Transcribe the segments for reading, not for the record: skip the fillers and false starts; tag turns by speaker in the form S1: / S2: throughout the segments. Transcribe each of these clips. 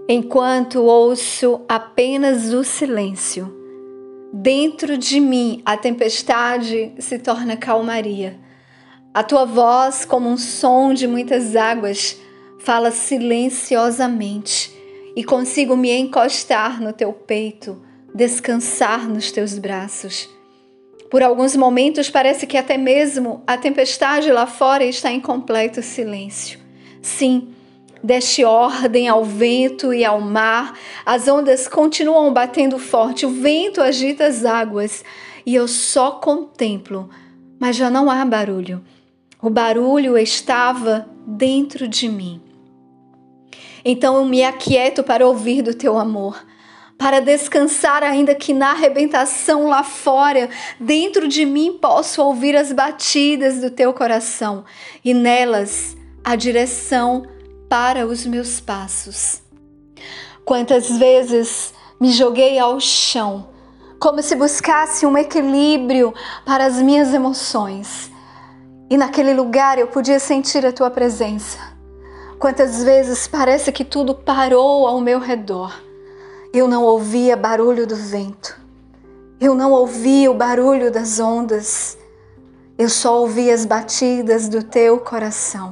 S1: Enquanto ouço apenas o silêncio, dentro de mim a tempestade se torna calmaria. A tua voz, como um som de muitas águas, fala silenciosamente e consigo me encostar no teu peito, descansar nos teus braços. Por alguns momentos parece que até mesmo a tempestade lá fora está em completo silêncio. Sim, deste ordem ao vento e ao mar, as ondas continuam batendo forte, o vento agita as águas e eu só contemplo, mas já não há barulho. O barulho estava dentro de mim. Então eu me aquieto para ouvir do teu amor, para descansar ainda que na arrebentação lá fora, dentro de mim posso ouvir as batidas do teu coração e nelas a direção para os meus passos. Quantas vezes me joguei ao chão, como se buscasse um equilíbrio para as minhas emoções. E naquele lugar eu podia sentir a tua presença. Quantas vezes parece que tudo parou ao meu redor. Eu não ouvia barulho do vento. Eu não ouvia o barulho das ondas. Eu só ouvia as batidas do teu coração.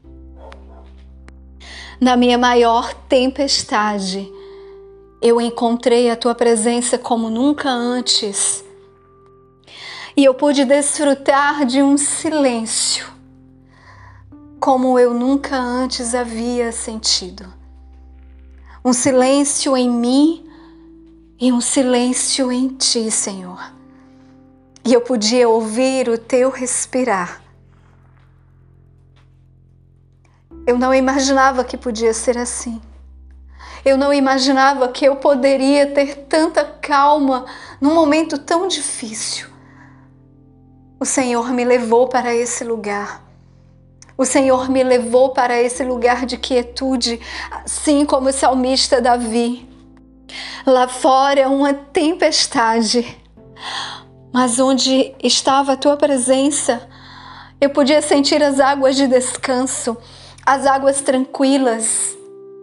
S1: Na minha maior tempestade, eu encontrei a tua presença como nunca antes. E eu pude desfrutar de um silêncio, como eu nunca antes havia sentido. Um silêncio em mim e um silêncio em ti, Senhor. E eu podia ouvir o teu respirar. Eu não imaginava que podia ser assim. Eu não imaginava que eu poderia ter tanta calma num momento tão difícil. O Senhor me levou para esse lugar. O Senhor me levou para esse lugar de quietude, assim como o salmista Davi. Lá fora uma tempestade, mas onde estava a tua presença, eu podia sentir as águas de descanso, as águas tranquilas.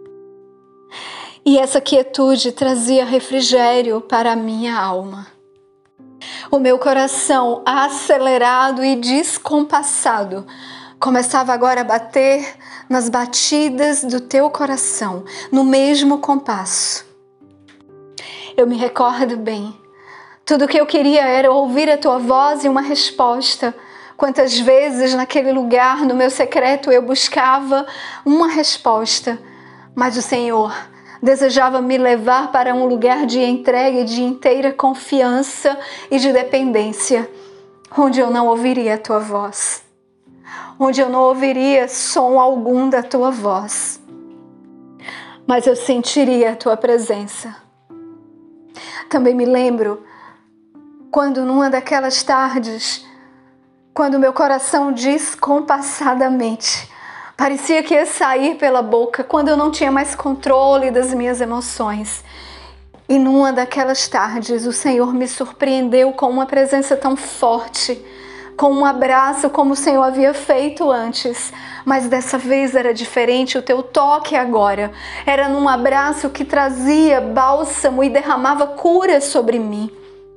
S1: E essa quietude trazia refrigério para a minha alma. O meu coração, acelerado e descompassado, começava agora a bater nas batidas do teu coração, no mesmo compasso. Eu me recordo bem. Tudo o que eu queria era ouvir a tua voz e uma resposta. Quantas vezes naquele lugar, no meu secreto, eu buscava uma resposta, mas o Senhor desejava me levar para um lugar de entrega, de inteira confiança e de dependência, onde eu não ouviria a tua voz, onde eu não ouviria som algum da tua voz, mas eu sentiria a tua presença. Também me lembro quando numa daquelas tardes, quando meu coração descompassadamente parecia que ia sair pela boca, quando eu não tinha mais controle das minhas emoções. E numa daquelas tardes, o Senhor me surpreendeu com uma presença tão forte, com um abraço como o Senhor havia feito antes. Mas dessa vez era diferente, o teu toque agora era num abraço que trazia bálsamo e derramava cura sobre mim.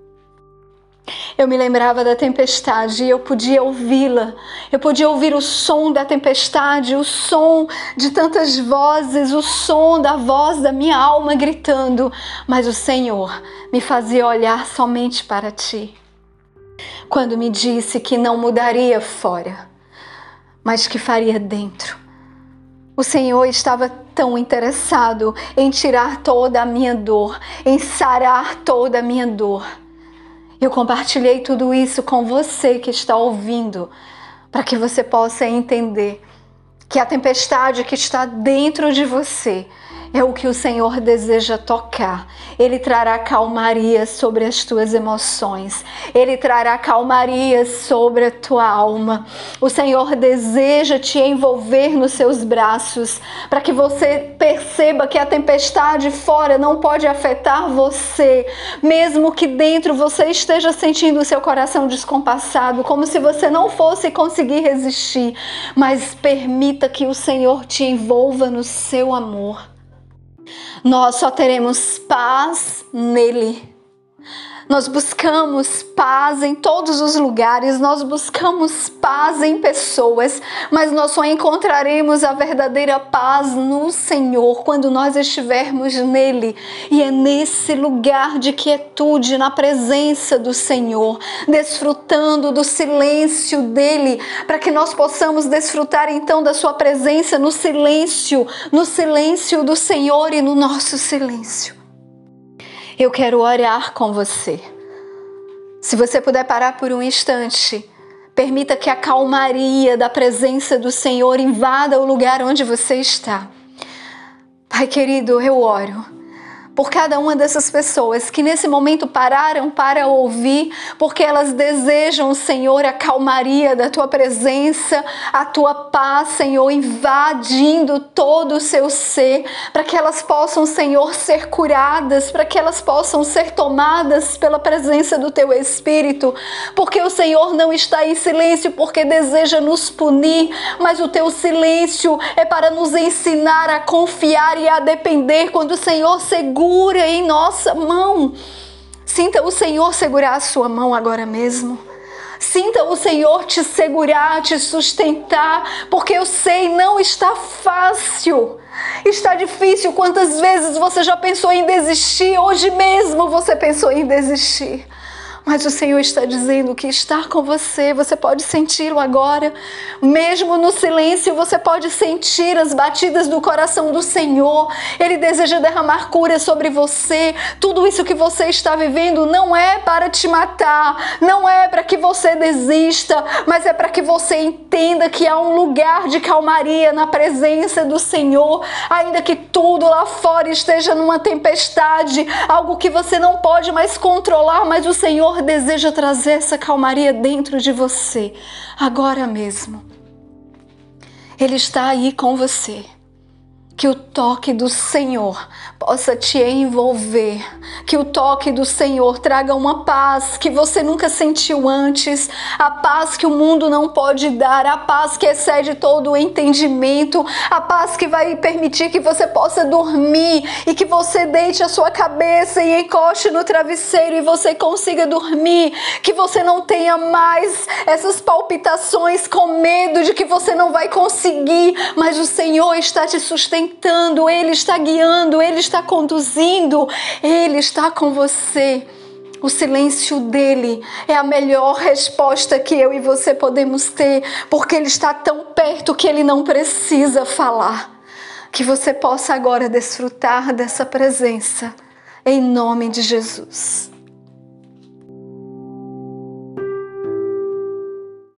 S1: Eu me lembrava da tempestade e eu podia ouvi-la. Eu podia ouvir o som da tempestade, o som de tantas vozes, o som da voz da minha alma gritando. Mas o Senhor me fazia olhar somente para ti. Quando me disse que não mudaria fora, mas que faria dentro. O Senhor estava tão interessado em tirar toda a minha dor, em sarar toda a minha dor. Eu compartilhei tudo isso com você que está ouvindo, para que você possa entender que a tempestade que está dentro de você é o que o Senhor deseja tocar. Ele trará calmaria sobre as tuas emoções. Ele trará calmaria sobre a tua alma. O Senhor deseja te envolver nos seus braços para que você perceba que a tempestade fora não pode afetar você. Mesmo que dentro você esteja sentindo o seu coração descompassado, como se você não fosse conseguir resistir. Mas permita que o Senhor te envolva no seu amor. Nós só teremos paz nele. Nós buscamos paz em todos os lugares, nós buscamos paz em pessoas, mas nós só encontraremos a verdadeira paz no Senhor quando nós estivermos nele. E é nesse lugar de quietude, na presença do Senhor, desfrutando do silêncio dele, para que nós possamos desfrutar então da sua presença no silêncio do Senhor e no nosso silêncio. Eu quero orar com você. Se você puder parar por um instante, permita que a calmaria da presença do Senhor invada o lugar onde você está. Pai querido, eu oro por cada uma dessas pessoas que nesse momento pararam para ouvir, porque elas desejam, Senhor, a calmaria da Tua presença, a Tua paz, Senhor, invadindo todo o seu ser, para que elas possam, Senhor, ser curadas, para que elas possam ser tomadas pela presença do Teu Espírito, porque o Senhor não está em silêncio porque deseja nos punir, mas o Teu silêncio é para nos ensinar a confiar e a depender quando o Senhor segura em nossa mão. Sinta o Senhor segurar a sua mão agora mesmo. Sinta o Senhor te segurar, te sustentar, porque eu sei, não está fácil. Está difícil. Quantas vezes você já pensou em desistir? Hoje mesmo você pensou em desistir. Mas o Senhor está dizendo que está com você, você pode senti-lo agora. Mesmo no silêncio, você pode sentir as batidas do coração do Senhor. Ele deseja derramar cura sobre você. Tudo isso que você está vivendo não é para te matar, não é para que você desista, mas é para que você entenda que há um lugar de calmaria na presença do Senhor. Ainda que tudo lá fora esteja numa tempestade, algo que você não pode mais controlar, mas o Senhor deseja trazer essa calmaria dentro de você, agora mesmo. Ele está aí com você. Que o toque do Senhor possa te envolver. Que o toque do Senhor traga uma paz que você nunca sentiu antes. A paz que o mundo não pode dar. A paz que excede todo o entendimento. A paz que vai permitir que você possa dormir e que você deite a sua cabeça e encoste no travesseiro e você consiga dormir. Que você não tenha mais essas palpitações com medo de que você não vai conseguir. Mas o Senhor está te sustentando. Ele está guiando, Ele está conduzindo, Ele está com você. O silêncio dele é a melhor resposta que eu e você podemos ter, porque Ele está tão perto que Ele não precisa falar. Que você possa agora desfrutar dessa presença, em nome de Jesus.